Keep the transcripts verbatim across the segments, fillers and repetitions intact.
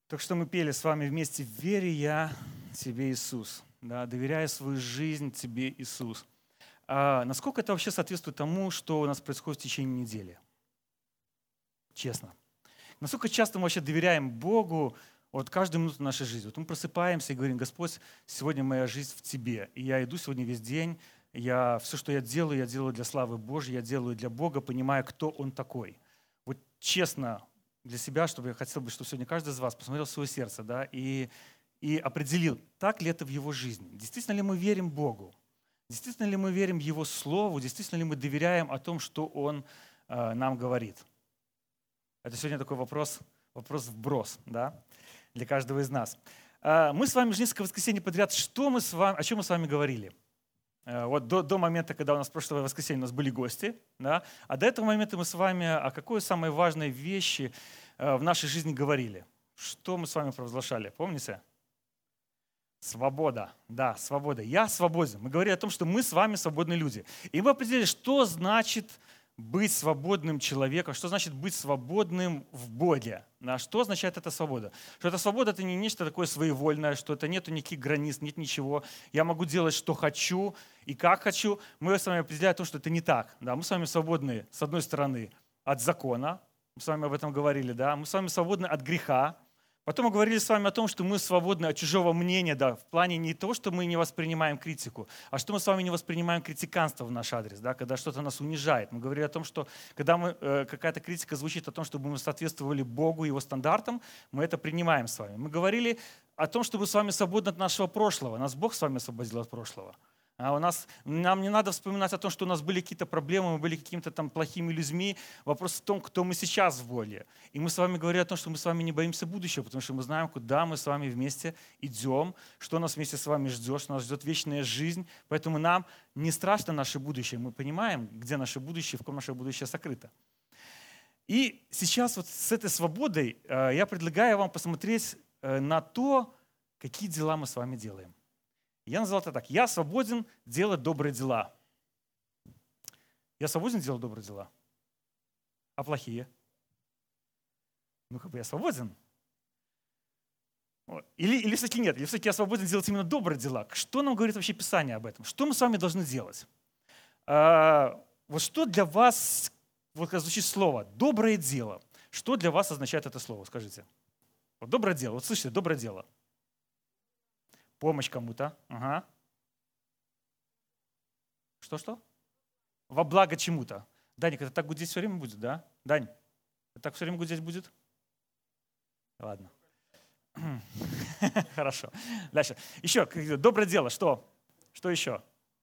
Только что мы пели с вами вместе «В вере я тебе, Иисус», да, доверяя свою жизнь тебе, Иисус. А насколько это вообще соответствует тому, что у нас происходит в течение недели? Честно. Насколько часто мы вообще доверяем Богу вот каждую минуту нашей жизни? Вот мы просыпаемся и говорим: Господь, сегодня моя жизнь в Тебе. И я иду сегодня весь день, я, все, что я делаю, я делаю для славы Божьей, я делаю для Бога, понимая, кто Он такой. Вот честно для себя, чтобы я хотел бы, чтобы сегодня каждый из вас посмотрел в свое сердце, да, и, и определил, так ли это в его жизни. Действительно ли мы верим Богу? Действительно ли мы верим Его Слову? Действительно ли мы доверяем о том, что Он э, нам говорит? Это сегодня такой вопрос, вопрос вброс, да, для каждого из нас. Э, мы с вами уже несколько воскресений подряд, что мы с вами, о чем мы с вами говорили? Э, вот до, до момента, когда у нас прошлое воскресенье у нас были гости, да, а до этого момента мы с вами о какой самой важной вещи э, в нашей жизни говорили? Что мы с вами провозглашали, помните? Свобода, да, свобода. Я свободен. Мы говорили о том, что мы с вами свободные люди. И мы определили, что значит быть свободным человеком, что значит быть свободным в Боге. Да, что означает эта свобода? Что эта свобода — это не нечто такое своевольное, что это нет никаких границ, нет ничего. Я могу делать, что хочу и как хочу. Мы с вами определяем то, что это не так. Да, мы с вами свободны, с одной стороны, от закона. Мы с вами об этом говорили. Да? Мы с вами свободны от греха. Потом мы говорили с вами о том, что мы свободны от чужого мнения, да, в плане не того, что мы не воспринимаем критику, а что мы с вами не воспринимаем критиканство в наш адрес, да, когда что-то нас унижает. Мы говорили о том, что когда мы, э, какая-то критика звучит о том, чтобы мы соответствовали Богу и Его стандартам, мы это принимаем с вами. Мы говорили о том, что мы с вами свободны от нашего прошлого. Нас Бог с вами освободил от прошлого. А у нас, нам не надо вспоминать о том, что у нас были какие-то проблемы, мы были какими-то там плохими людьми. Вопрос в том, кто мы сейчас в воле. И мы с вами говорим о том, что мы с вами не боимся будущего, потому что мы знаем, куда мы с вами вместе идем, что нас вместе с вами ждет, что нас ждет вечная жизнь. Поэтому нам не страшно наше будущее. Мы понимаем, где наше будущее, в ком наше будущее сокрыто. И сейчас вот с этой свободой я предлагаю вам посмотреть на то, какие дела мы с вами делаем. Я назвал это так. Я свободен делать добрые дела. Я свободен делать добрые дела. А плохие? Ну, как бы я свободен. Или, или все-таки нет. Или все-таки я свободен делать именно добрые дела. Что нам говорит вообще Писание об этом? Что мы с вами должны делать? А, вот что для вас, вот как звучит слово, доброе дело. Что для вас означает это слово? Скажите. Вот доброе дело. Вот слышите, доброе дело. Помощь кому-то. Ага. Что-что? Во благо чему-то. Даник, это так гудеть все время будет, да? Дань, это так все время гудеть будет? Ладно. Хорошо. Дальше. Еще, доброе дело. Что? Что еще?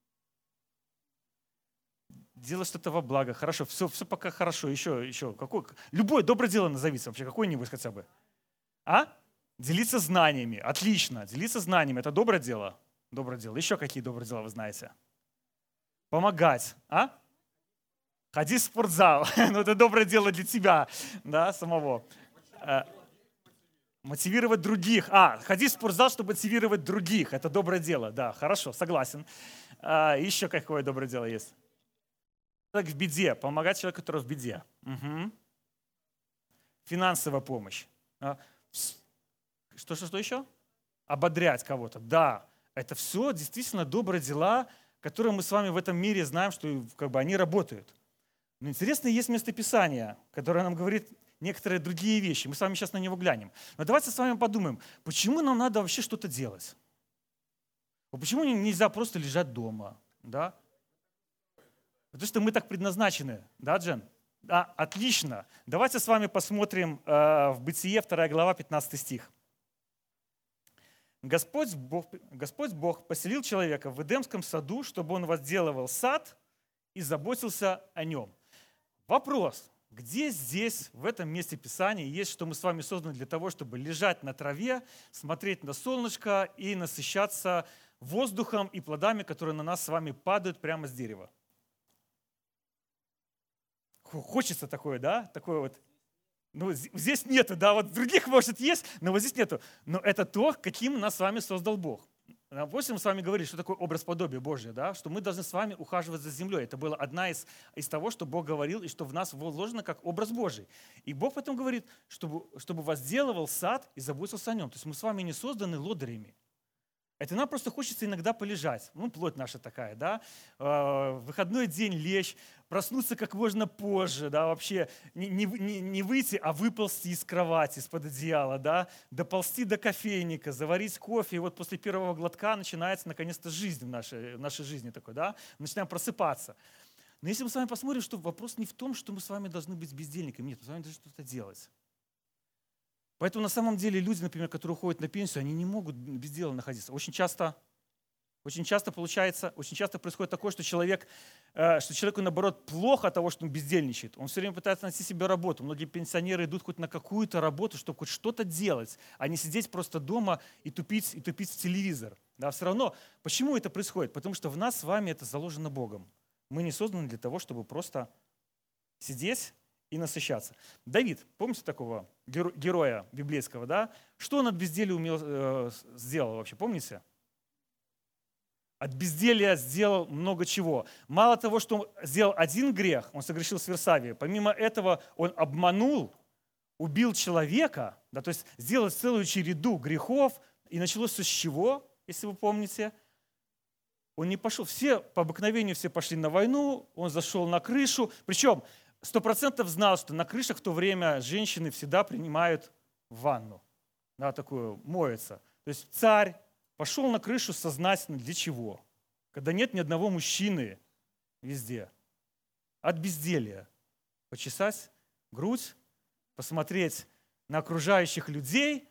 Делать что-то во благо. Хорошо. Все, все пока хорошо. Еще, еще. Какое? Любое доброе дело назовите вообще. Какое-нибудь хотя бы. А? Делиться знаниями. Отлично. Делиться знаниями. Это доброе дело? Доброе дело. Еще какие добрые дела вы знаете? Помогать. А? Ходи в спортзал. Ну, это доброе дело для тебя, да, самого. Мотивировать других. А, ходи в спортзал, чтобы мотивировать других. Это доброе дело. Да, хорошо, согласен. Еще какое доброе дело есть? Человек в беде. Помогать человеку, который в беде. Угу. Финансовая помощь. Что, что, что еще? Ободрять кого-то. Да, это все действительно добрые дела, которые мы с вами в этом мире знаем, что как бы, они работают. Но интересно, есть местописание, которое нам говорит некоторые другие вещи. Мы с вами сейчас на него глянем. Но давайте с вами подумаем, почему нам надо вообще что-то делать? Почему нельзя просто лежать дома? Да? Потому что мы так предназначены. Да, Джен? Да, отлично. Давайте с вами посмотрим э, в Бытие, вторая глава, пятнадцатый стих. Господь Бог, Господь Бог поселил человека в Эдемском саду, чтобы он возделывал сад и заботился о нем. Вопрос, где здесь, в этом месте Писания, есть, что мы с вами созданы для того, чтобы лежать на траве, смотреть на солнышко и насыщаться воздухом и плодами, которые на нас с вами падают прямо с дерева? Хочется такое, да? Такое вот. Ну, здесь нету, да, вот других, может, есть, но вот здесь нету. Но это то, каким нас с вами создал Бог. Допустим, мы с вами говорили, что такое образ подобия Божия, да? Что мы должны с вами ухаживать за землей. Это было одна из, из того, что Бог говорил, и что в нас вложено как образ Божий. И Бог потом говорит, чтобы, чтобы возделывал сад и заботился о нем. То есть мы с вами не созданы лодырями. Это нам просто хочется иногда полежать. Ну, плоть наша такая, да. В выходной день лечь, проснуться как можно позже, да, вообще не, не, не выйти, а выползти из кровати, из-под одеяла, да, доползти до кофейника, заварить кофе, и вот после первого глотка начинается наконец-то жизнь в нашей, в нашей жизни такой, да, начинаем просыпаться. Но если мы с вами посмотрим, что вопрос не в том, что мы с вами должны быть бездельниками, нет, мы с вами должны что-то делать. Поэтому на самом деле люди, например, которые уходят на пенсию, они не могут без дела находиться. Очень часто, очень часто получается, очень часто происходит такое, что, человек, что человеку, наоборот, плохо от того, что он бездельничает. Он все время пытается найти себе работу. Многие пенсионеры идут хоть на какую-то работу, чтобы хоть что-то делать, а не сидеть просто дома и тупить, и тупить в телевизор. Да, все равно, почему это происходит? Потому что в нас с вами это заложено Богом. Мы не созданы для того, чтобы просто сидеть и насыщаться. Давид, помните такого героя библейского, да? Что он от безделия умел, э, сделал вообще, помните? От безделия сделал много чего. Мало того, что он сделал один грех, он согрешил с Версавией, помимо этого он обманул, убил человека, да, то есть сделал целую череду грехов, и началось все с чего, если вы помните? Он не пошел, все по обыкновению все пошли на войну, он зашел на крышу, причем сто процентов знал, что на крышах в то время женщины всегда принимают ванну, да, такую, моются. То есть царь пошел на крышу сознательно для чего? Когда нет ни одного мужчины везде. От безделья. Почесать грудь, посмотреть на окружающих людей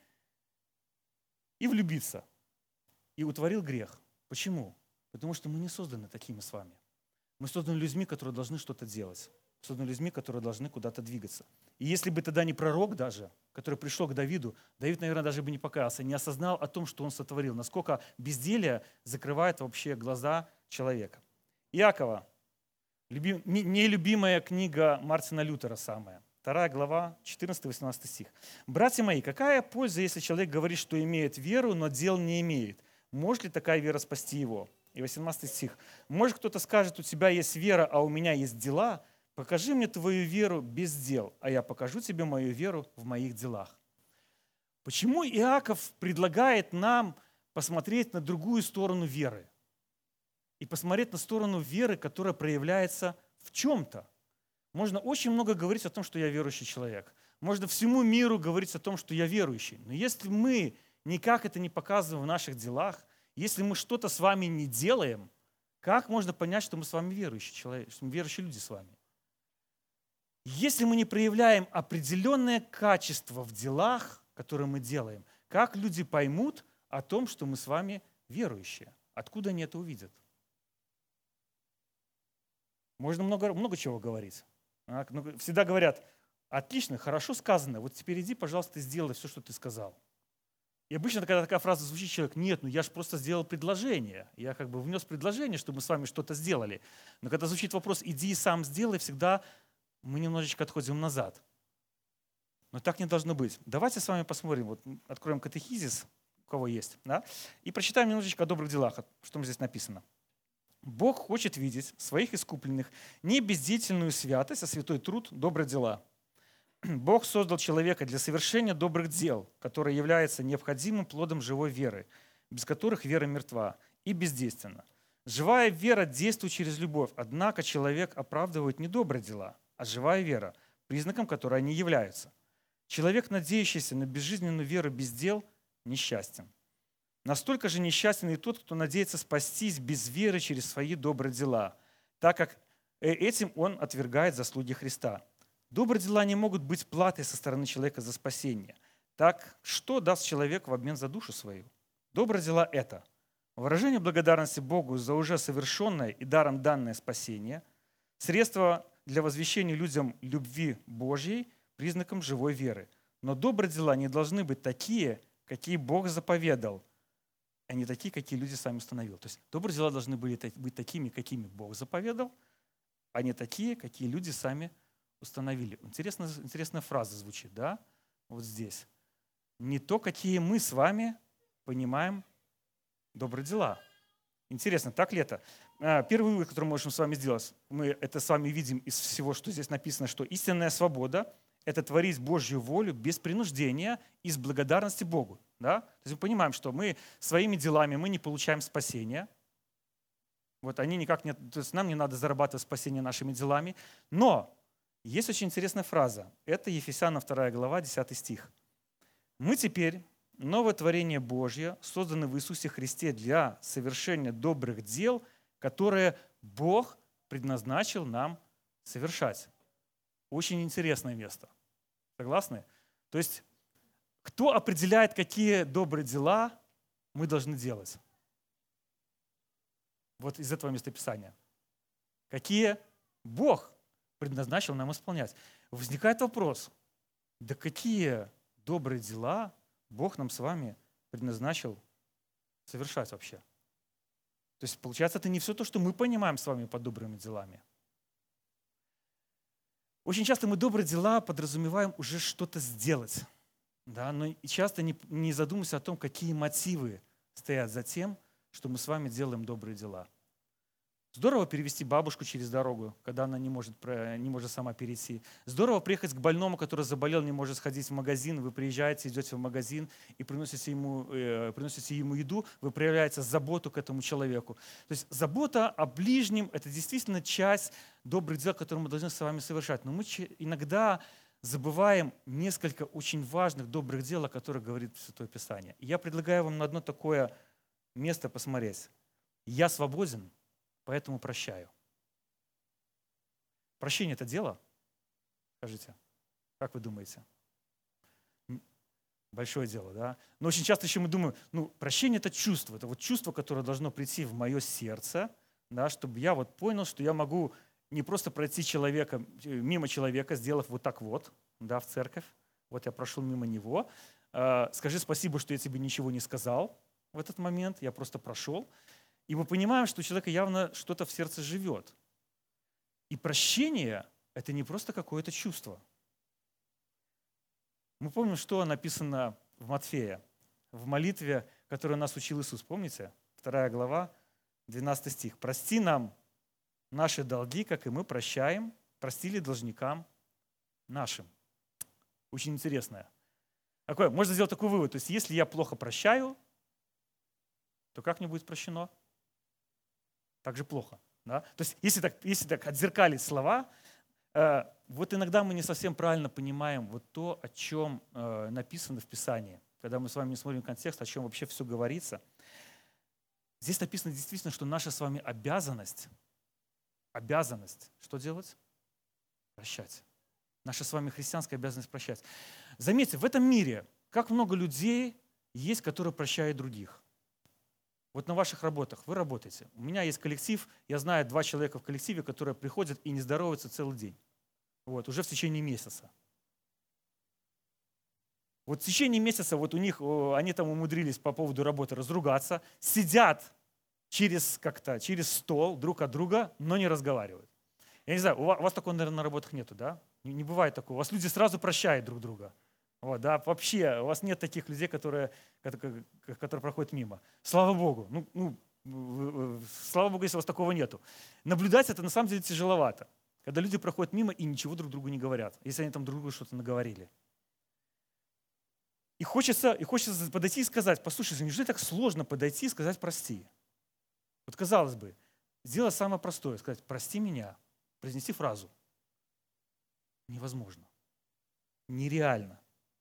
и влюбиться. И утворил грех. Почему? Потому что мы не созданы такими с вами. Мы созданы людьми, которые должны что-то делать. Созданы людьми, которые должны куда-то двигаться. И если бы тогда не пророк даже, который пришел к Давиду, Давид, наверное, даже бы не покаялся, не осознал о том, что он сотворил, насколько безделье закрывает вообще глаза человека. Иакова, любим, нелюбимая книга Мартина Лютера самая, вторая глава, четырнадцатый-восемнадцатый стих. «Братья мои, какая польза, если человек говорит, что имеет веру, но дел не имеет? Может ли такая вера спасти его?» И восемнадцатый стих. «Может, кто-то скажет, у тебя есть вера, а у меня есть дела? Покажи мне твою веру без дел, а я покажу тебе мою веру в моих делах». Почему Иаков предлагает нам посмотреть на другую сторону веры? И посмотреть на сторону веры, которая проявляется в чем-то. Можно очень много говорить о том, что я верующий человек. Можно всему миру говорить о том, что я верующий. Но если мы никак это не показываем в наших делах, если мы что-то с вами не делаем, как можно понять, что мы с вами верующие человек, что мы верующие люди с вами? Если мы не проявляем определенное качество в делах, которые мы делаем, как люди поймут о том, что мы с вами верующие? Откуда они это увидят? Можно много, много чего говорить. Всегда говорят: отлично, хорошо сказано, вот теперь иди, пожалуйста, и сделай все, что ты сказал. И обычно, когда такая фраза звучит, человек: нет, ну я же просто сделал предложение. Я как бы внес предложение, чтобы мы с вами что-то сделали. Но когда звучит вопрос: иди и сам сделай, всегда мы немножечко отходим назад. Но так не должно быть. Давайте с вами посмотрим, вот откроем катехизис, у кого есть, да, и прочитаем немножечко о добрых делах, что здесь написано. «Бог хочет видеть своих искупленных не бездеятельную святость, а святой труд, добрые дела. Бог создал человека для совершения добрых дел, которые являются необходимым плодом живой веры, без которых вера мертва и бездейственна. Живая вера действует через любовь, однако человек оправдывает не добрые дела, а живая вера, признаком которой они являются. Человек, надеющийся на безжизненную веру без дел, несчастен. Настолько же несчастен и тот, кто надеется спастись без веры через свои добрые дела, так как этим он отвергает заслуги Христа. Добрые дела не могут быть платой со стороны человека за спасение. Так что даст человек в обмен за душу свою? Добрые дела – это выражение благодарности Богу за уже совершенное и даром данное спасение, средство для возвещения людям любви Божьей, признаком живой веры. Но добрые дела не должны быть такие, какие Бог заповедал, а не такие, какие люди сами установили. То есть добрые дела должны были быть такими, какими Бог заповедал, а не такие, какие люди сами установили. Интересная, интересная фраза звучит, да? Вот здесь. Не то, какие мы с вами понимаем добрые дела. Интересно, так ли это? А, Первый вывод, который мы можем с вами сделать, мы это с вами видим из всего, что здесь написано, что истинная свобода – это творить Божью волю без принуждения и с благодарности Богу. Да? То есть мы понимаем, что мы своими делами мы не получаем спасения. Вот они никак не, то есть нам не надо зарабатывать спасение нашими делами. Но есть очень интересная фраза. Это Ефесянам вторая глава, десятый стих. «Мы теперь новое творение Божье, созданы в Иисусе Христе для совершения добрых дел, которые Бог предназначил нам совершать». Очень интересное место. Согласны? То есть кто определяет, какие добрые дела мы должны делать? Вот из этого местописания. Какие Бог предназначил нам исполнять. Возникает вопрос, да какие добрые дела Бог нам с вами предназначил совершать вообще? То есть, получается, это не все то, что мы понимаем с вами под добрыми делами. Очень часто мы добрые дела подразумеваем уже что-то сделать. Да? Но и часто не, не задумываемся о том, какие мотивы стоят за тем, что мы с вами делаем добрые дела. Здорово перевести бабушку через дорогу, когда она не может, не может сама перейти. Здорово приехать к больному, который заболел, не может сходить в магазин. Вы приезжаете, идете в магазин и приносите ему, э, приносите ему еду. Вы проявляете заботу к этому человеку. То есть забота о ближнем – это действительно часть добрых дел, которые мы должны с вами совершать. Но мы иногда забываем несколько очень важных добрых дел, о которых говорит Святое Писание. И я предлагаю вам на одно такое место посмотреть. «Я свободен, поэтому прощаю». Прощение – это дело? Скажите, как вы думаете? Большое дело, да? Но очень часто еще мы думаем, ну, прощение – это чувство. Это вот чувство, которое должно прийти в мое сердце, да, чтобы я вот понял, что я могу не просто пройти человека, мимо человека, сделав вот так вот, да, в церковь. Вот я прошел мимо него. Скажи спасибо, что я тебе ничего не сказал в этот момент. Я просто прошел. И мы понимаем, что у человека явно что-то в сердце живет. И прощение – это не просто какое-то чувство. Мы помним, что написано в Матфея, в молитве, которую нас учил Иисус. Помните? Вторая глава, двенадцатый стих. «Прости нам наши долги, как и мы прощаем, простили должникам нашим». Очень интересное. Такое, можно сделать такой вывод. То есть если я плохо прощаю, то как мне будет прощено? Так же плохо. Да? То есть если так, если так отзеркалить слова, э, вот иногда мы не совсем правильно понимаем вот то, о чем э, написано в Писании. Когда мы с вами не смотрим контекст, о чем вообще все говорится. Здесь написано действительно, что наша с вами обязанность, обязанность, что делать? Прощать. Наша с вами христианская обязанность прощать. Заметьте, в этом мире как много людей есть, которые прощают других. Вот на ваших работах вы работаете. У меня есть коллектив, я знаю два человека в коллективе, которые приходят и не здороваются целый день. Вот, уже в течение месяца. Вот в течение месяца вот у них, они там умудрились по поводу работы разругаться, сидят через, как-то, через стол друг от друга, но не разговаривают. Я не знаю, у вас, у вас такого, наверное, на работах нету, да? Не, не бывает такого. У вас люди сразу прощают друг друга. Вот, да? Вообще, у вас нет таких людей, которые, которые, которые проходят мимо. Слава Богу. Ну, ну, слава Богу, если у вас такого нету. Наблюдать это на самом деле тяжеловато. Когда люди проходят мимо и ничего друг другу не говорят, если они там друг другу что-то наговорили. И хочется, и хочется подойти и сказать: послушайте, неужели так сложно подойти и сказать прости? Вот казалось бы, сделать самое простое, сказать прости меня, произнести фразу. Невозможно. Нереально.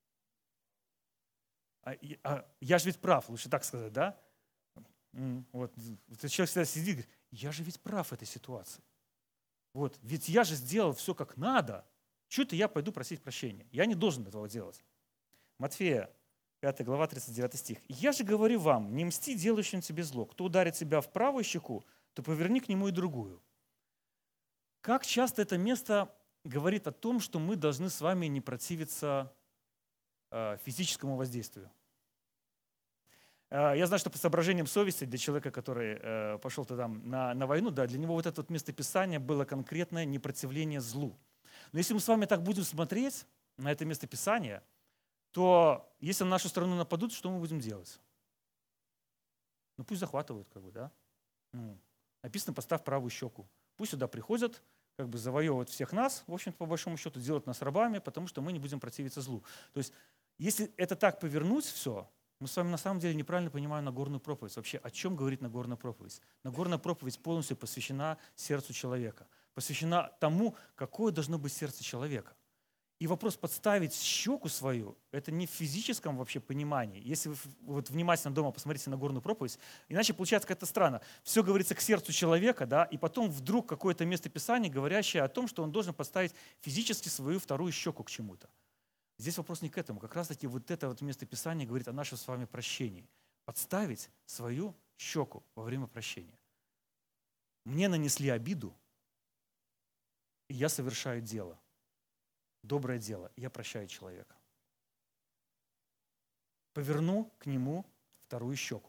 А, а, я же ведь прав, лучше так сказать, да? Вот, вот человек всегда сидит и говорит: я же ведь прав в этой ситуации. Вот, ведь я же сделал все как надо. Чего-то я пойду просить прощения. Я не должен этого делать. Матфея, пятая глава, тридцать девятый стих. «Я же говорю вам, не мсти делающим тебе зло. Кто ударит тебя в правую щеку, то поверни к нему и другую». Как часто это место говорит о том, что мы должны с вами не противиться э, физическому воздействию. Э, я знаю, что по соображениям совести для человека, который э, пошел тогда на, на войну, да, для него вот это вот местописание было конкретное непротивление злу. Но если мы с вами так будем смотреть на это местописание, то если на нашу страну нападут, что мы будем делать? Ну пусть захватывают, как бы, да. Ну, написано, поставь правую щеку. Пусть сюда приходят, как бы завоевывают всех нас, в общем-то, по большому счету, делают нас рабами, потому что мы не будем противиться злу. То есть, если это так повернуть все, мы с вами на самом деле неправильно понимаем Нагорную проповедь. Вообще, о чем говорит Нагорная проповедь? Нагорная проповедь полностью посвящена сердцу человека, посвящена тому, какое должно быть сердце человека. И вопрос подставить щеку свою, это не в физическом вообще понимании. Если вы вот внимательно дома посмотрите на Нагорную проповедь, иначе получается как-то странно. Все говорится к сердцу человека, да, и потом вдруг какое-то место Писания, говорящее о том, что он должен подставить физически свою вторую щеку к чему-то. Здесь вопрос не к этому. Как раз-таки вот это вот место Писания говорит о нашем с вами прощении. Подставить свою щеку во время прощения. Мне нанесли обиду, и я совершаю дело. Доброе дело, я прощаю человека. Поверну к нему вторую щеку.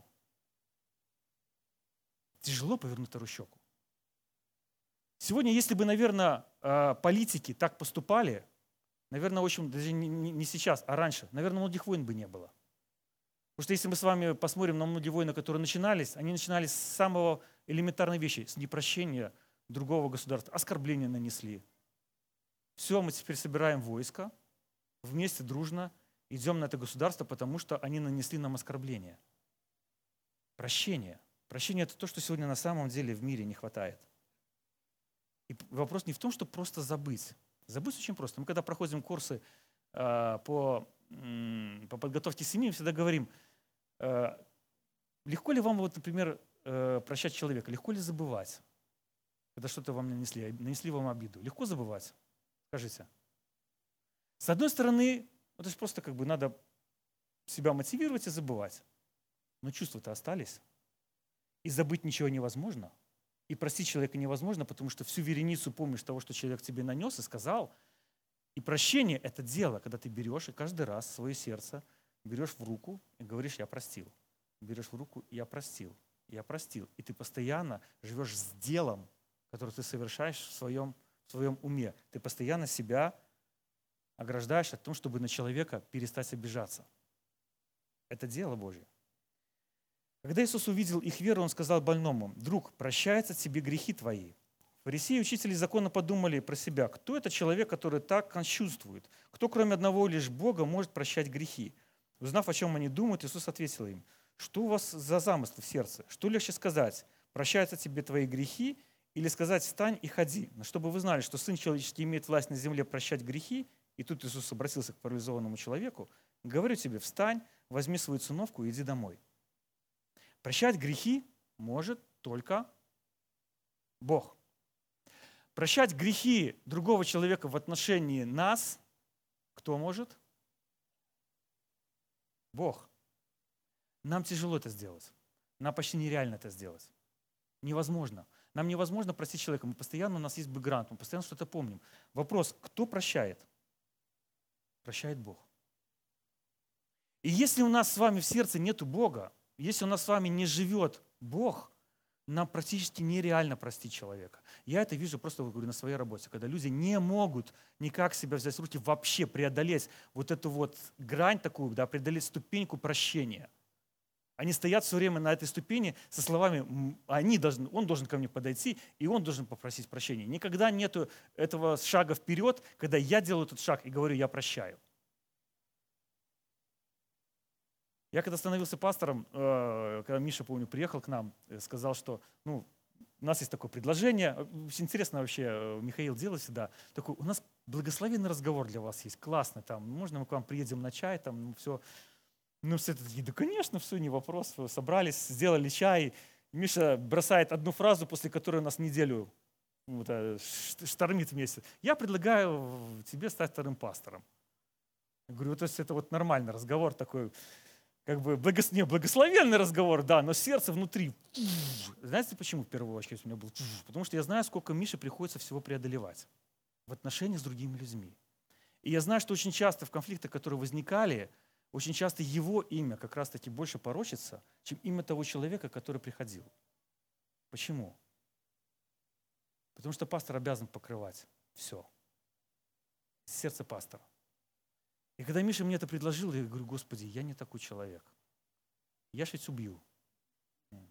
Тяжело повернуть вторую щеку. Сегодня, если бы, наверное, политики так поступали, наверное, в общем, даже не сейчас, а раньше, наверное, многих войн бы не было. Потому что если мы с вами посмотрим на многие войны, которые начинались, они начинались с самого элементарной вещи, с непрощения другого государства, оскорбления нанесли. Все, мы теперь собираем войско, вместе дружно идем на это государство, потому что они нанесли нам оскорбление. Прощение. Прощение – это то, что сегодня на самом деле в мире не хватает. И вопрос не в том, чтобы просто забыть. Забыть очень просто. Мы когда проходим курсы э, по, м, по подготовке семьи, мы всегда говорим, э, легко ли вам, вот, например, э, прощать человека, легко ли забывать, когда что-то вам нанесли, нанесли вам обиду. Легко забывать? Скажите. С одной стороны, ну, то есть просто как бы надо себя мотивировать и забывать. Но чувства-то остались. И забыть ничего невозможно. И простить человека невозможно, потому что всю вереницу помнишь того, что человек тебе нанес и сказал. И прощение – это дело, когда ты берешь и каждый раз свое сердце берешь в руку и говоришь «я простил». Берешь в руку «я простил», «я простил». И ты постоянно живешь с делом, которое ты совершаешь в своем в своем уме. Ты постоянно себя ограждаешь от того, чтобы на человека перестать обижаться. Это дело Божье. Когда Иисус увидел их веру, Он сказал больному: «Друг, прощаются тебе грехи твои». Фарисеи и учители закона подумали про себя: кто это человек, который так кощунствует? Кто, кроме одного лишь Бога, может прощать грехи? Узнав, о чем они думают, Иисус ответил им: что у вас за замыслы в сердце? Что легче сказать: прощаются тебе твои грехи, или сказать: встань и ходи? Но чтобы вы знали, что Сын Человеческий имеет власть на земле прощать грехи, и тут Иисус обратился к парализованному человеку: говорю тебе, встань, возьми свою циновку и иди домой. Прощать грехи может только Бог. Прощать грехи другого человека в отношении нас кто может? Бог. Нам тяжело это сделать. Нам почти нереально это сделать. Невозможно. Нам невозможно простить человека. Мы постоянно, у нас есть бэкграунд, мы постоянно что-то помним. Вопрос: кто прощает? Прощает Бог. И если у нас с вами в сердце нету Бога, если у нас с вами не живет Бог, нам практически нереально простить человека. Я это вижу просто, говорю, на своей работе, когда люди не могут никак себя взять в руки, вообще преодолеть вот эту вот грань такую, да, преодолеть ступеньку прощения. Они стоят все время на этой ступени со словами, они должны, он должен ко мне подойти, и он должен попросить прощения. Никогда нету этого шага вперед, когда я делаю этот шаг и говорю: я прощаю. Я когда становился пастором, когда Миша, помню, приехал к нам, сказал, что ну, у нас есть такое предложение. Очень интересно вообще, Михаил делает всегда. Такой: у нас благословенный разговор для вас есть, классно, там, можно мы к вам приедем на чай, там, ну, все. Ну, все такие: да, конечно, все, не вопрос. Собрались, сделали чай. Миша бросает одну фразу, после которой у нас неделю вот, штормит вместе. Я предлагаю тебе стать вторым пастором. Я говорю: то есть это вот нормальный разговор такой, как бы благос... не, благословенный разговор, да, но сердце внутри. Знаете, почему в первую очередь у меня был? Потому что я знаю, сколько Мише приходится всего преодолевать в отношении с другими людьми. И я знаю, что очень часто в конфликтах, которые возникали, очень часто его имя как раз-таки больше порочится, чем имя того человека, который приходил. Почему? Потому что пастор обязан покрывать все. Сердце пастора. И когда Миша мне это предложил, я говорю: Господи, я не такой человек. Я ж ведь убью.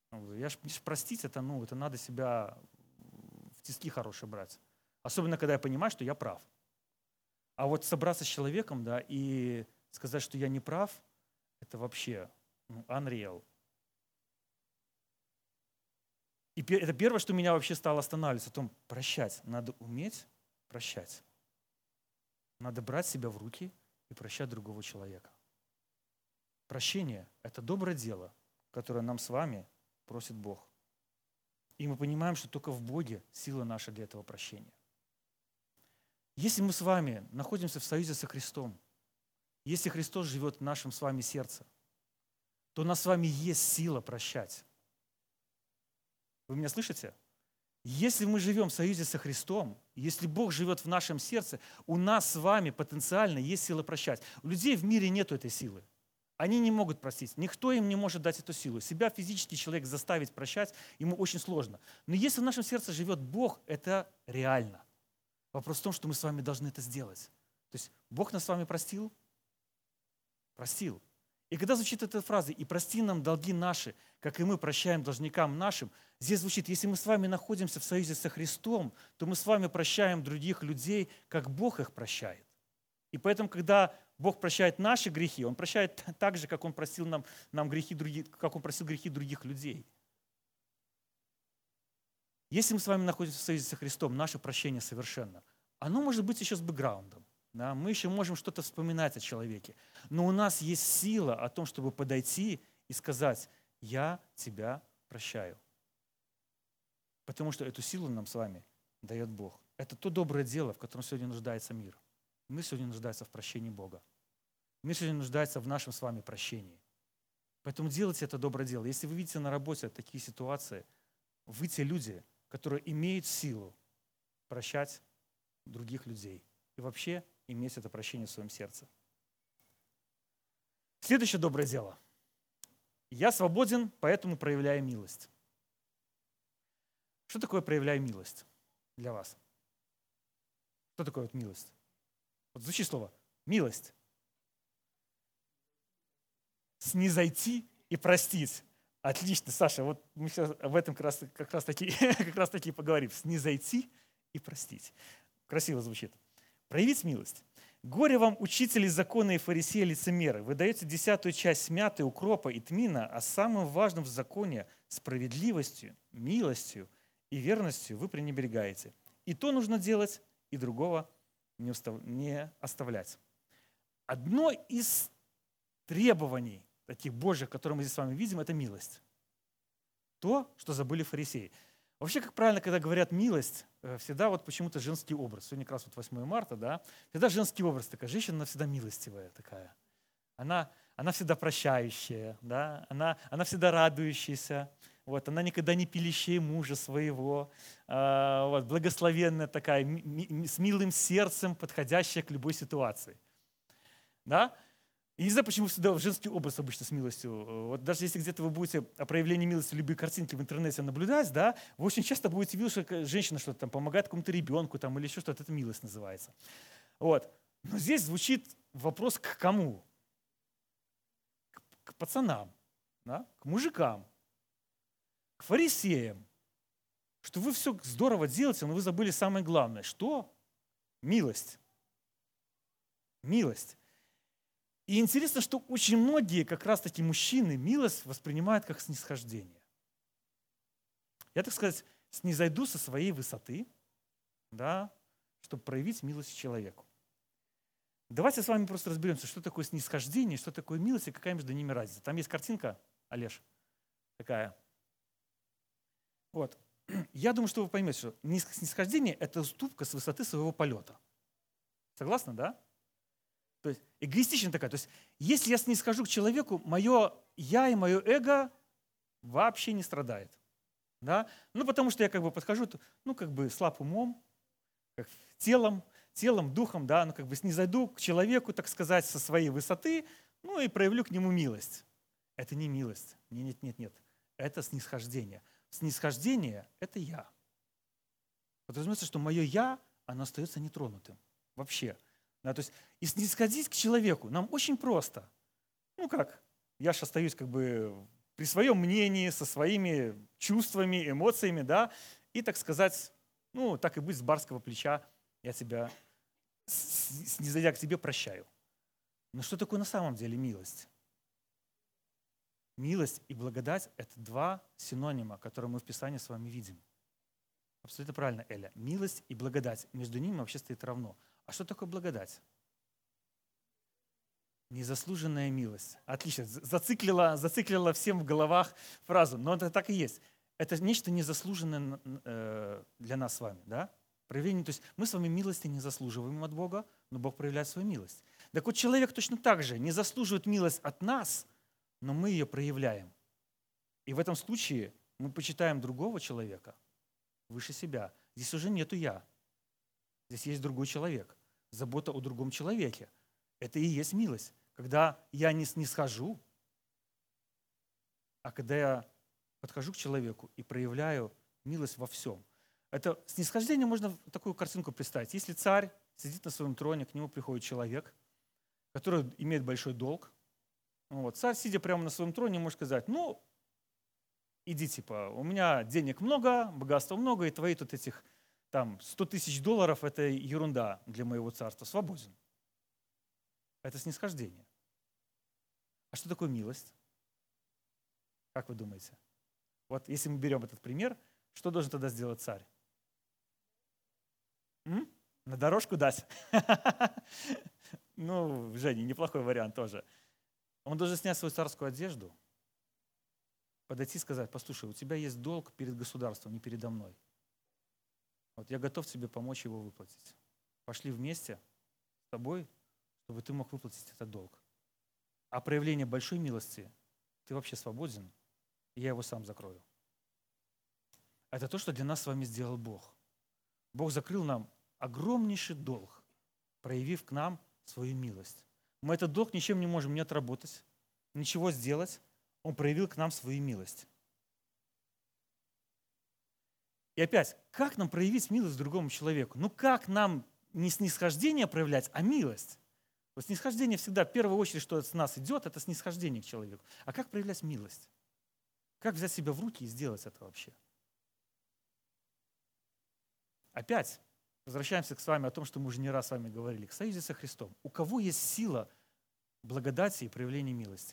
Я ж, простить, это, ну, это надо себя в тиски хорошие брать. Особенно, когда я понимаю, что я прав. А вот собраться с человеком, да, и сказать, что я не прав, это вообще ну, unreal. И это первое, что меня вообще стало останавливаться, о том, прощать. Надо уметь прощать. Надо брать себя в руки и прощать другого человека. Прощение – это доброе дело, которое нам с вами просит Бог. И мы понимаем, что только в Боге сила наша для этого прощения. Если мы с вами находимся в союзе со Христом, если Христос живет в нашем с вами сердце, то у нас с вами есть сила прощать. Вы меня слышите? Если мы живем в союзе со Христом, если Бог живет в нашем сердце, у нас с вами потенциально есть сила прощать. У людей в мире нет этой силы. Они не могут простить. Никто им не может дать эту силу. Себя физически человек заставить прощать ему очень сложно. Но если в нашем сердце живет Бог, это реально. Вопрос в том, что мы с вами должны это сделать. То есть Бог нас с вами простил? Простил. И когда звучит эта фраза «И прости нам долги наши, как и мы прощаем должникам нашим», здесь звучит, если мы с вами находимся в союзе со Христом, то мы с вами прощаем других людей, как Бог их прощает. И поэтому, когда Бог прощает наши грехи, Он прощает так же, как Он простил нам, нам грехи других, как Он простил грехи других людей. Если мы с вами находимся в союзе со Христом, наше прощение совершенно. Оно может быть еще с бэкграундом. Да? Мы еще можем что-то вспоминать о человеке. Но у нас есть сила о том, чтобы подойти и сказать, я тебя прощаю. Потому что эту силу нам с вами дает Бог. Это то доброе дело, в котором сегодня нуждается мир. Мы сегодня нуждаемся в прощении Бога. Мы сегодня нуждаемся в нашем с вами прощении. Поэтому делайте это доброе дело. Если вы видите на работе такие ситуации, вы те люди, которые имеют силу прощать других людей. И вообще иметь это прощение в своем сердце. Следующее доброе дело. Я свободен, поэтому проявляю милость. Что такое проявляю милость для вас? Что такое вот милость? Вот звучит слово «милость». Снизойти и простить. Отлично, Саша, вот мы сейчас об этом как раз, как раз, таки, как раз таки поговорим. Снизойти и простить. Красиво звучит. Проявить милость. Горе вам, учители закона и фарисеи лицемеры. Вы даете десятую часть мяты, укропа и тмина, а самым важным в законе справедливостью, милостью и верностью вы пренебрегаете. И то нужно делать, и другого не, устав... не оставлять. Одно из требований таких Божьих, которые мы здесь с вами видим, это милость. То, что забыли фарисеи. Вообще, как правильно, когда говорят милость, всегда вот почему-то женский образ. Сегодня как раз вот восьмое марта, да, всегда женский образ. Такая женщина, она всегда милостивая такая. Она, она всегда прощающая, да, она, она всегда радующаяся. Вот, она никогда не пилищей мужа своего. А, вот, благословенная такая, ми, ми, с милым сердцем, подходящая к любой ситуации. Да? И не знаю, почему всегда в женский образ обычно с милостью. Вот даже если где-то вы будете о проявлении милости, любые картинки в интернете наблюдать, да, вы очень часто будете видеть, что женщина что-то там помогает какому-то ребенку там, или еще что-то, это милость называется. Вот. Но здесь звучит вопрос к кому? К, к пацанам, да? К мужикам, к фарисеям. Что вы все здорово делаете, но вы забыли самое главное. Что? Милость. Милость. И интересно, что очень многие, как раз-таки мужчины, милость воспринимают как снисхождение. Я, так сказать, снизойду со своей высоты, да, чтобы проявить милость человеку. Давайте с вами просто разберемся, что такое снисхождение, что такое милость и какая между ними разница. Там есть картинка, Олеж, такая. Вот. Я думаю, что вы поймете, что снисхождение – это уступка с высоты своего полета. Согласны, да? То есть эгоистичная такая. То есть если я снисхожу к человеку, мое я и мое эго вообще не страдает. Да? Ну, потому что я как бы подхожу, ну, как бы слаб умом, как телом, телом, духом, да, ну, как бы снизойду к человеку, так сказать, со своей высоты, ну, и проявлю к нему милость. Это не милость. Нет, нет, нет. Это снисхождение. Снисхождение – это я. Подразумевается, что мое я, оно остается нетронутым. Вообще. Да, то есть, и снисходить к человеку нам очень просто. Ну как, я же остаюсь как бы при своем мнении, со своими чувствами, эмоциями, да, и, так сказать, ну, так и быть, с барского плеча я тебя, снизойдя к тебе, прощаю. Но что такое на самом деле милость? Милость и благодать – это два синонима, которые мы в Писании с вами видим. Абсолютно правильно, Эля. Милость и благодать. Между ними вообще стоит равно. А что такое благодать? Незаслуженная милость. Отлично. Зациклила, зациклила всем в головах фразу. Но это так и есть. Это нечто незаслуженное для нас с вами. Да? Проявление, то есть мы с вами милости не заслуживаем от Бога, но Бог проявляет свою милость. Так вот, человек точно так же не заслуживает милость от нас, но мы ее проявляем. И в этом случае мы почитаем другого человека выше себя. Здесь уже нету я. Здесь есть другой человек. Забота о другом человеке. Это и есть милость. Когда я не снисхожу, а когда я подхожу к человеку и проявляю милость во всем. Это снисхождение можно такую картинку представить. Если царь сидит на своем троне, к нему приходит человек, который имеет большой долг. Вот. Царь, сидя прямо на своем троне, может сказать, ну, иди, типа, у меня денег много, богатства много, и твои тут этих там сто тысяч долларов – это ерунда для моего царства. Свободен. Это снисхождение. А что такое милость? Как вы думаете? Вот если мы берем этот пример, что должен тогда сделать царь? М? На дорожку дать? Ну, Женя, неплохой вариант тоже. Он должен снять свою царскую одежду, подойти и сказать, послушай, у тебя есть долг перед государством, не передо мной. Вот я готов тебе помочь его выплатить. Пошли вместе с тобой, чтобы ты мог выплатить этот долг. А проявление большой милости, ты вообще свободен, и я его сам закрою. Это то, что для нас с вами сделал Бог. Бог закрыл нам огромнейший долг, проявив к нам свою милость. Мы этот долг ничем не можем не отработать, ничего сделать. Он проявил к нам свою милость. И опять, как нам проявить милость другому человеку? Ну как нам не снисхождение проявлять, а милость? Вот снисхождение всегда, в первую очередь, что с нас идет, это снисхождение к человеку. А как проявлять милость? Как взять себя в руки и сделать это вообще? Опять, возвращаемся к с вами о том, что мы уже не раз с вами говорили, к союзе со Христом. У кого есть сила благодати и проявления милости?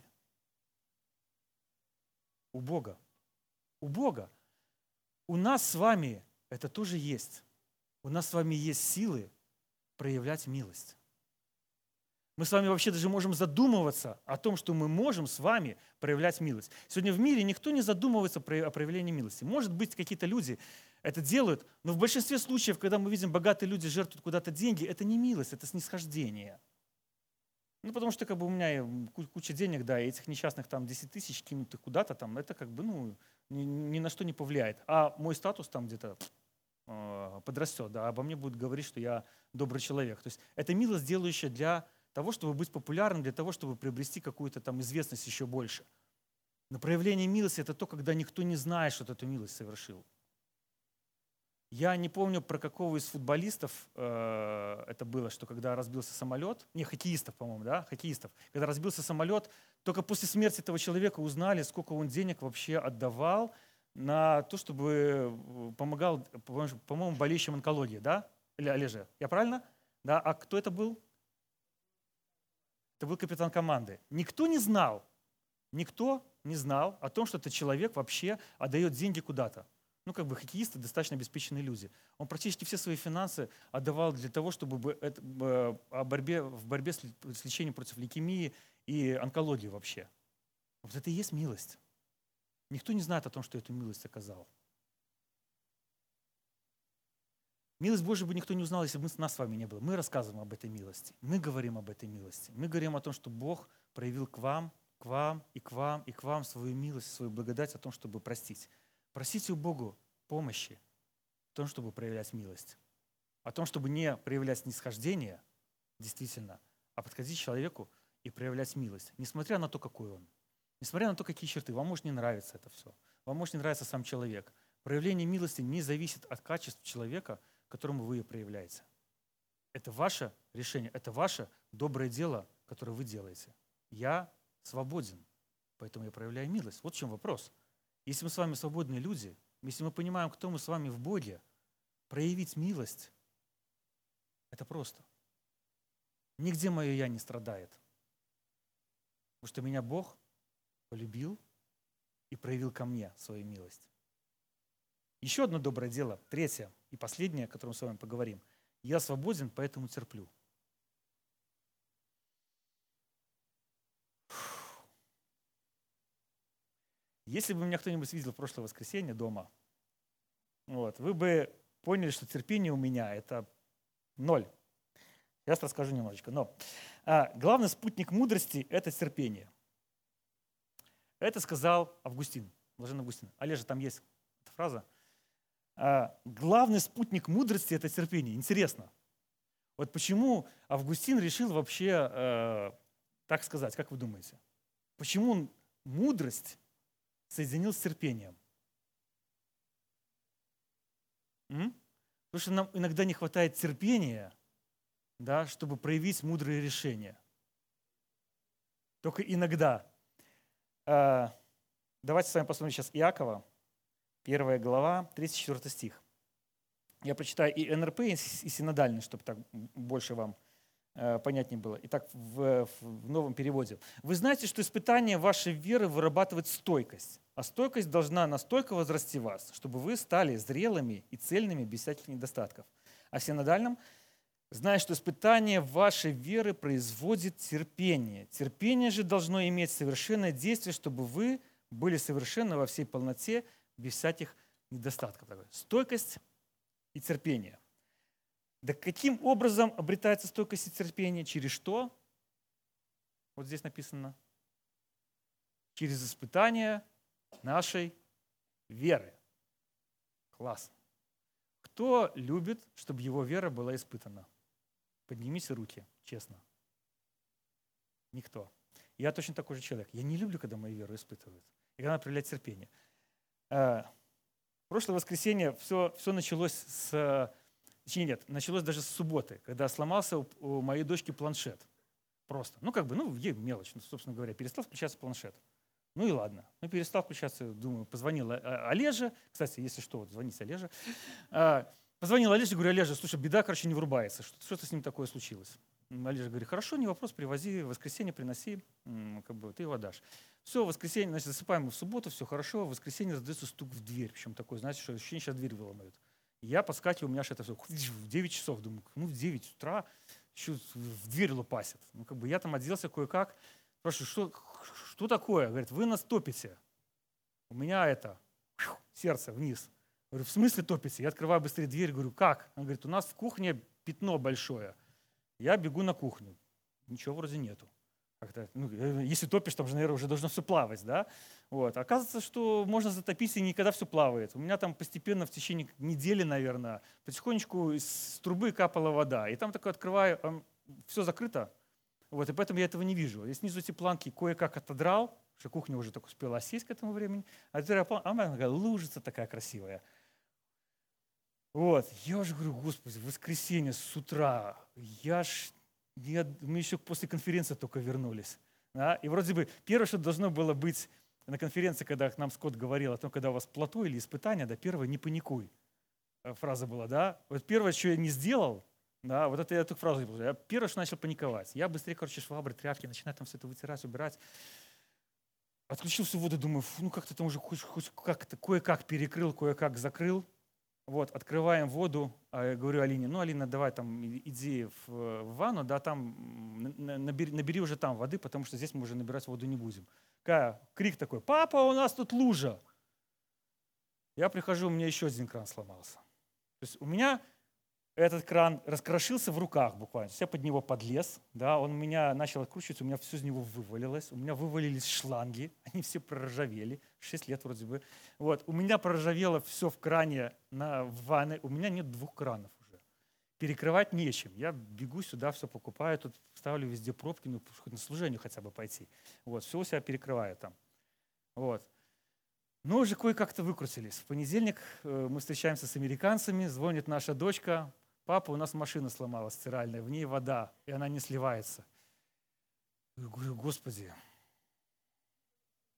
У Бога. У Бога. У нас с вами это тоже есть. У нас с вами есть силы проявлять милость. Мы с вами вообще даже можем задумываться о том, что мы можем с вами проявлять милость. Сегодня в мире никто не задумывается о проявлении милости. Может быть, какие-то люди это делают, но в большинстве случаев, когда мы видим, богатые люди жертвуют куда-то деньги, это не милость, это снисхождение. Ну, потому что как бы у меня куча денег, да, и этих несчастных там десять тысяч кинутых куда-то там, это как бы, ну, ни, ни на что не повлияет. А мой статус там где-то э, подрастет, да, обо мне будут говорить, что я добрый человек. То есть это милость, делающая для того, чтобы быть популярным, для того, чтобы приобрести какую-то там известность еще больше. Но проявление милости – это то, когда никто не знает, что ты эту милость совершил. Я не помню, про какого из футболистов э, это было, что когда разбился самолет, не, хоккеистов, по-моему, да, хоккеистов, когда разбился самолет, только после смерти этого человека узнали, сколько он денег вообще отдавал на то, чтобы помогал, по-моему, болеющим онкологией, да, или Олеже, я правильно? Да, а кто это был? Это был капитан команды. Никто не знал, никто не знал о том, что этот человек вообще отдает деньги куда-то. Ну, как бы хоккеисты достаточно обеспеченные люди. Он практически все свои финансы отдавал для того, чтобы это, о борьбе, в борьбе с лечением против лейкемии и онкологии вообще. Вот это и есть милость. Никто не знает о том, что эту милость оказал. Милость Божию бы никто не узнал, если бы нас с вами не было. Мы рассказываем об этой милости. Мы говорим об этой милости. Мы говорим о том, что Бог проявил к вам, к вам и к вам и к вам свою милость, свою благодать о том, чтобы простить. Просите у Бога помощи в том, чтобы проявлять милость. О том, чтобы не проявлять снисхождение, действительно, а подходить к человеку и проявлять милость, несмотря на то, какой он. Несмотря на то, какие черты. Вам может не нравиться это все. Вам может не нравиться сам человек. Проявление милости не зависит от качеств человека, которому вы ее проявляете. Это ваше решение, это ваше доброе дело, которое вы делаете. Я свободен. поэтому я проявляю милость. Вот в чем вопрос. Если мы с вами свободные люди, если мы понимаем, кто мы с вами в Боге, проявить милость – это просто. Нигде мое «я» не страдает. Потому что меня Бог полюбил и проявил ко мне свою милость. Еще одно доброе дело, третье и последнее, о котором мы с вами поговорим. Я свободен, поэтому терплю. Если бы меня кто-нибудь видел в прошлое воскресенье дома, вот, вы бы поняли, что терпение у меня – это ноль. Сейчас расскажу немножечко. Но а, главный спутник мудрости – это терпение. Это сказал Августин, блаженный Августин. Олежа, там есть эта фраза. А, главный спутник мудрости – это терпение. Интересно. Вот почему Августин решил вообще э, так сказать, как вы думаете? Почему он мудрость соединил с терпением? М? Потому что нам иногда не хватает терпения, да, чтобы проявить мудрые решения. Только иногда. Э, давайте с вами посмотрим сейчас Иакова, первая глава, тридцать четвёртый стих. Я прочитаю и эн эр пэ, и синодальный, чтобы так больше вам э, понятнее было. Итак, в, в новом переводе. «Вы знаете, что испытание вашей веры вырабатывает стойкость, а стойкость должна настолько возрасти вас, чтобы вы стали зрелыми и цельными без всяких недостатков. А в синодальном: зная, что испытание вашей веры производит терпение. Терпение же должно иметь совершенное действие, чтобы вы были совершенны во всей полноте, без всяких недостатков». Стойкость и терпение. Да каким образом обретается стойкость и терпение? Через что? Вот здесь написано. Через испытание нашей веры. Класс. Кто любит, чтобы его вера была испытана? Поднимите руки, честно. Никто. Я точно такой же человек. Я не люблю, когда мою веру испытывают. И когда надо проявлять терпение. В прошлое воскресенье все, все началось с... Точнее, нет, началось даже с субботы, когда сломался у, у моей дочки планшет. Просто. Ну, как бы, ну, ей мелочь, ну, собственно говоря. Перестал включаться планшет. Ну и ладно. Ну, перестал включаться, думаю, позвонил Олеже. Кстати, если что, вот звоните Олеже. Позвонил Олеже, говорю: Олежа, слушай, беда, короче, не врубается. Что-то с ним такое случилось. Олежа говорит: хорошо, не вопрос, привози, в воскресенье приноси, как бы ты его дашь. Все, в воскресенье, значит, засыпаем в субботу, все хорошо, в воскресенье раздается стук в дверь, причем такой, знаете, что ощущение, сейчас дверь выломают. Я подскакиваю, у меня же это все в девять часов, думаю, ну в девять утра еще в дверь лупасят. Ну как бы я там оделся кое-как, спрашиваю, что, что такое? Говорит: вы нас топите. У меня это, сердце вниз. Говорю: в смысле топите? Я открываю быстрее дверь, говорю: как? Он говорит: у нас в кухне пятно большое. Я бегу на кухню. Ничего вроде нету. Как-то, ну, если топишь, там же, наверное, уже должно все плавать, да? Вот. Оказывается, что можно затопить, и никогда все плавает. У меня там постепенно в течение недели, наверное, потихонечку из трубы капала вода. И там такое открываю, все закрыто. Вот, и поэтому я этого не вижу. Я снизу эти планки кое-как отодрал, потому что кухня уже так успела осесть к этому времени. А у меня такая лужица такая красивая. Вот. Я уже говорю: Господи, воскресенье с утра. Я ж... Я, мы еще после конференции только вернулись. Да? И вроде бы первое, что должно было быть на конференции, когда нам Скотт говорил о том, когда у вас плато или испытание, да, первое: не паникуй. Фраза была, да. Вот первое, что я не сделал, да, вот это я эту фразу не был. Я первое, что начал паниковать. Я быстрее, короче, швабры, тряпки, начинаю там все это вытирать, убирать. Отключил всю воду, думаю, фу, ну как-то там уже хоть, хоть как-то кое-как перекрыл, кое-как закрыл. Вот, открываем воду, говорю Алине: ну, Алина, давай там иди в, в ванну, да, там набери, набери уже там воды, потому что здесь мы уже набирать воду не будем. Какая, крик такой: папа, у нас тут лужа. Я прихожу, у меня еще один кран сломался. То есть у меня этот кран раскрошился в руках буквально. Я под него подлез, да, он у меня начал откручиваться, у меня все из него вывалилось, у меня вывалились шланги, они все проржавели, шесть лет вроде бы. Вот, у меня проржавело все в кране на в ванной, у меня нет двух кранов уже. Перекрывать нечем. Я бегу сюда, все покупаю, тут ставлю везде пробки, ну, хоть на служение хотя бы пойти. Вот, все у себя перекрываю там. Вот. Но уже кое-как-то выкрутились. В понедельник мы встречаемся с американцами, звонит наша дочка: папа, у нас машина сломалась стиральная, в ней вода, и она не сливается. Я говорю: Господи,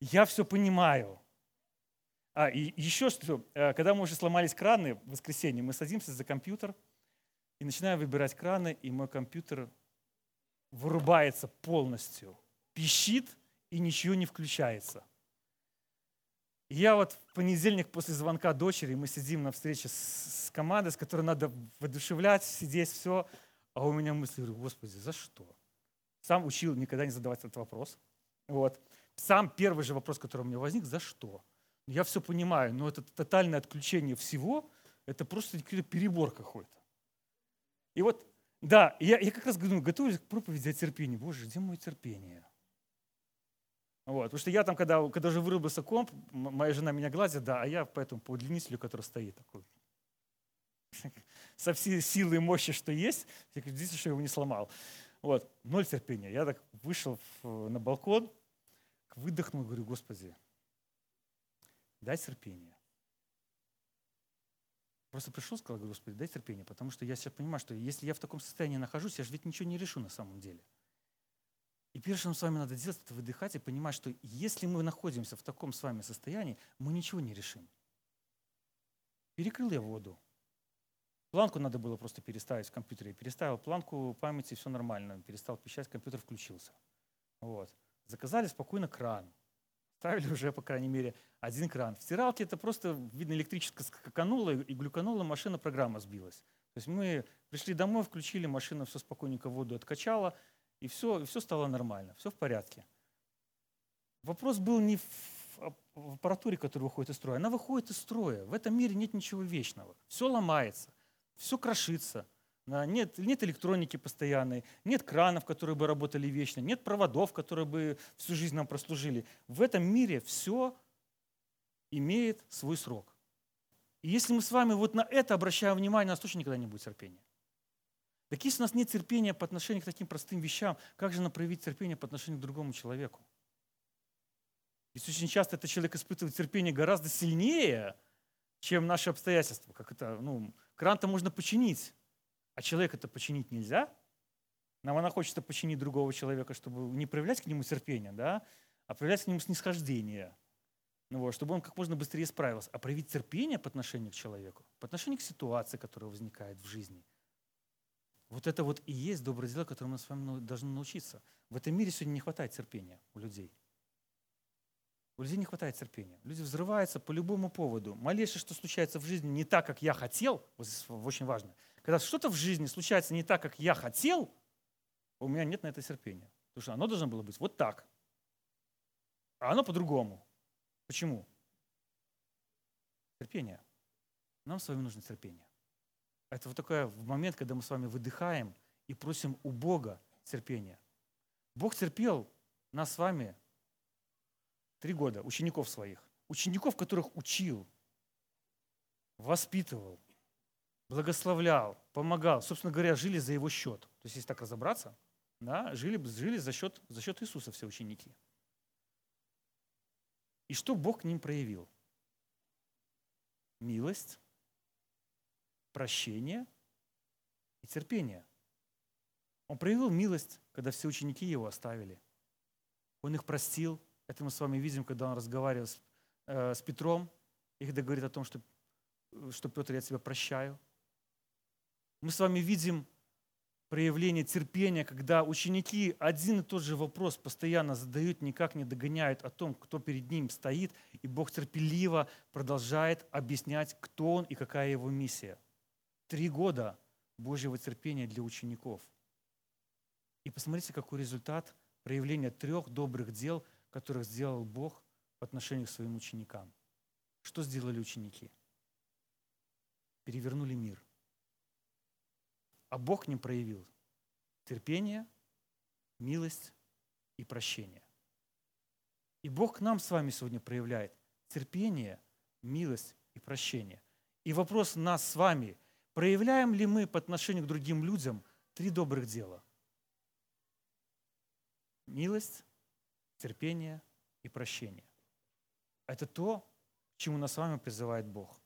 я все понимаю. А, и еще что, когда мы уже сломались краны в воскресенье, мы садимся за компьютер и начинаем выбирать краны, и мой компьютер вырубается полностью, пищит и ничего не включается. И я вот в понедельник после звонка дочери, мы сидим на встрече с, с командой, с которой надо воодушевлять, сидеть, все, а у меня мысли, говорю, Господи, за что? Сам учил никогда не задавать этот вопрос. Вот. Сам первый же вопрос, который у меня возник, за что? Я все понимаю, но это тотальное отключение всего, это просто какой-то перебор какой-то. И вот, да, я, я как раз думаю, готовлюсь к проповеди о терпении. Боже, где мое терпение? Вот, потому что я там, когда, когда уже вырубился комп, моя жена меня гладит, да, а я поэтому по удлинителю, который стоит такой, со всей силой и мощи, что есть, единственное, что я его не сломал. Вот, ноль терпения. Я так вышел на балкон, выдохнул, говорю, Господи, дай терпение. Просто пришел, сказал, Господи, дай терпение, потому что я сейчас понимаю, что если я в таком состоянии нахожусь, я же ведь ничего не решу на самом деле. И первое, что нам с вами надо делать, это выдыхать и понимать, что если мы находимся в таком с вами состоянии, мы ничего не решим. Перекрыл я воду. Планку надо было просто переставить в компьютере. Я переставил планку памяти, все нормально. Перестал пищать, компьютер включился. Вот. Заказали спокойно кран. Ставили уже, по крайней мере, один кран. В стиралке это просто, видно, электрическое скакануло, и глюканула машина, программа сбилась. То есть мы пришли домой, включили, машина все спокойненько воду откачала, и все, и все стало нормально, все в порядке. Вопрос был не в аппаратуре, которая выходит из строя. Она выходит из строя. В этом мире нет ничего вечного. Все ломается, все крошится. Нет, нет электроники постоянной, нет кранов, которые бы работали вечно, нет проводов, которые бы всю жизнь нам прослужили. В этом мире все имеет свой срок. И если мы с вами вот на это обращаем внимание, у нас точно никогда не будет терпения. Так если у нас нет терпения по отношению к таким простым вещам, как же нам проявить терпение по отношению к другому человеку? Ведь очень часто этот человек испытывает терпение гораздо сильнее, чем наши обстоятельства. Как это, ну, кран-то можно починить, а человека это починить нельзя. Нам она хочется починить другого человека, чтобы не проявлять к нему терпение, да, а проявлять к нему снисхождение, ну, вот, чтобы он как можно быстрее справился. А проявить терпение по отношению к человеку, по отношению к ситуации, которая возникает в жизни. Вот это вот и есть доброе дело, которому мы с вами должны научиться. В этом мире сегодня не хватает терпения у людей. У людей не хватает терпения. Люди взрываются по любому поводу. Малейшее, что случается в жизни не так, как я хотел, вот здесь очень важно. Когда что-то в жизни случается не так, как я хотел, у меня нет на это терпения. Потому что оно должно было быть вот так. А оно по-другому. Почему? Терпение. Нам с вами нужно терпение. Это вот такой момент, когда мы с вами выдыхаем и просим у Бога терпения. Бог терпел нас с вами три года, учеников своих. Учеников, которых учил, воспитывал, благословлял, помогал. Собственно говоря, жили за его счет. То есть, если так разобраться, да, жили, жили за счет, за счет Иисуса все ученики. И что Бог к ним проявил? Милость, прощение и терпение. Он проявил милость, когда все ученики его оставили. Он их простил. Это мы с вами видим, когда он разговаривал с, э, с Петром, и когда говорит о том, что, что Петр, я тебя прощаю. Мы с вами видим проявление терпения, когда ученики один и тот же вопрос постоянно задают, никак не догоняют о том, кто перед ним стоит, и Бог терпеливо продолжает объяснять, кто он и какая его миссия. Три года Божьего терпения для учеников. И посмотрите, какой результат проявления трех добрых дел, которых сделал Бог по отношению к своим ученикам. Что сделали ученики? Перевернули мир. А Бог к ним проявил терпение, милость и прощение. И Бог к нам с вами сегодня проявляет терпение, милость и прощение. И вопрос нас с вами, проявляем ли мы по отношению к другим людям три добрых дела? Милость, терпение и прощение. Это то, к чему нас с вами призывает Бог.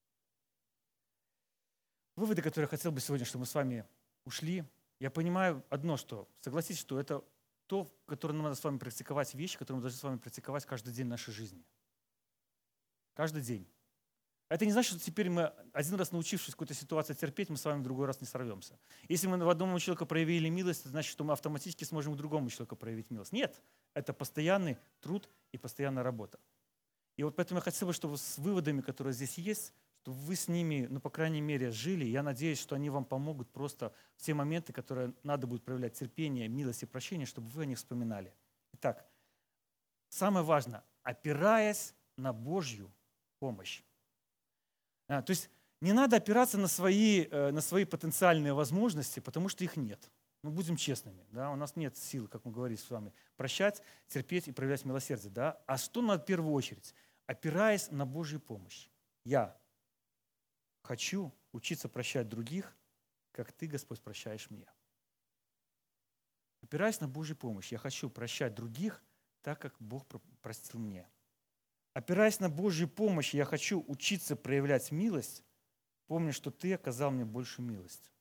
Выводы, которые я хотел бы сегодня, чтобы мы с вами ушли. Я понимаю одно, что, согласитесь, что это то, которое нам надо с вами практиковать, вещи, которые мы должны с вами практиковать каждый день нашей жизни. Каждый день. Это не значит, что теперь мы, один раз научившись какой-то ситуации терпеть, мы с вами в другой раз не сорвемся. Если мы в одному человеку проявили милость, это значит, что мы автоматически сможем к другому человеку проявить милость. Нет, это постоянный труд и постоянная работа. И вот поэтому я хотел бы, чтобы с выводами, которые здесь есть, чтобы вы с ними, ну, по крайней мере, жили. Я надеюсь, что они вам помогут просто в те моменты, которые надо будет проявлять терпение, милость и прощение, чтобы вы о них вспоминали. Итак, самое важное, опираясь на Божью помощь. А, то есть не надо опираться на свои, на свои потенциальные возможности, потому что их нет. Ну, будем честными. Да? У нас нет сил, как мы говорили с вами, прощать, терпеть и проявлять милосердие. Да? А что надо в первую очередь? Опираясь на Божью помощь. Я хочу учиться прощать других, как Ты, Господь, прощаешь мне. Опираясь на Божью помощь, я хочу прощать других, так как Бог простил мне. Опираясь на Божью помощь, я хочу учиться проявлять милость, помня, что Ты оказал мне большую милость.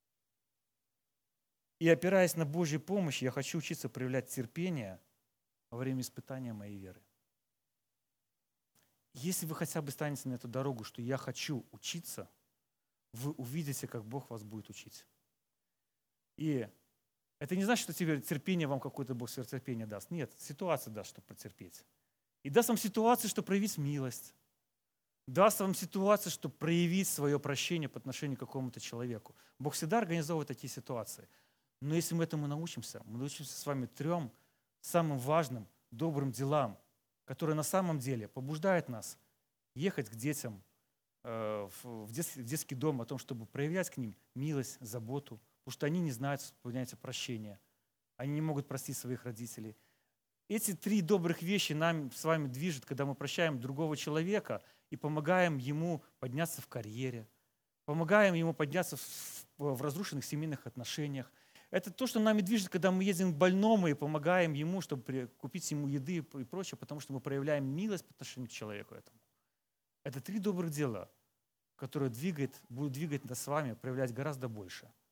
И опираясь на Божью помощь, я хочу учиться проявлять терпение во время испытания моей веры. Если вы хотя бы станете на эту дорогу, что я хочу учиться, вы увидите, как Бог вас будет учить. И это не значит, что теперь терпение вам какое-то Бог сверхтерпение даст. Нет, ситуация даст, чтобы потерпеть. И даст вам ситуацию, чтобы проявить милость. Даст вам ситуацию, чтобы проявить свое прощение по отношению к какому-то человеку. Бог всегда организовывает такие ситуации. Но если мы этому научимся, мы научимся с вами трем самым важным, добрым делам, которые на самом деле побуждают нас ехать к детям э, в, детский, в детский дом, о том, чтобы проявлять к ним милость, заботу, потому что они не знают понятия прощения, они не могут простить своих родителей. Эти три добрых вещи нам с вами движут, когда мы прощаем другого человека и помогаем ему подняться в карьере, помогаем ему подняться в, в разрушенных семейных отношениях. Это то, что нами движет, когда мы едем к больному и помогаем ему, чтобы купить ему еды и прочее, потому что мы проявляем милость по отношению к человеку этому. Это три добрых дела, которые двигают, будут двигать нас с вами, проявлять гораздо больше.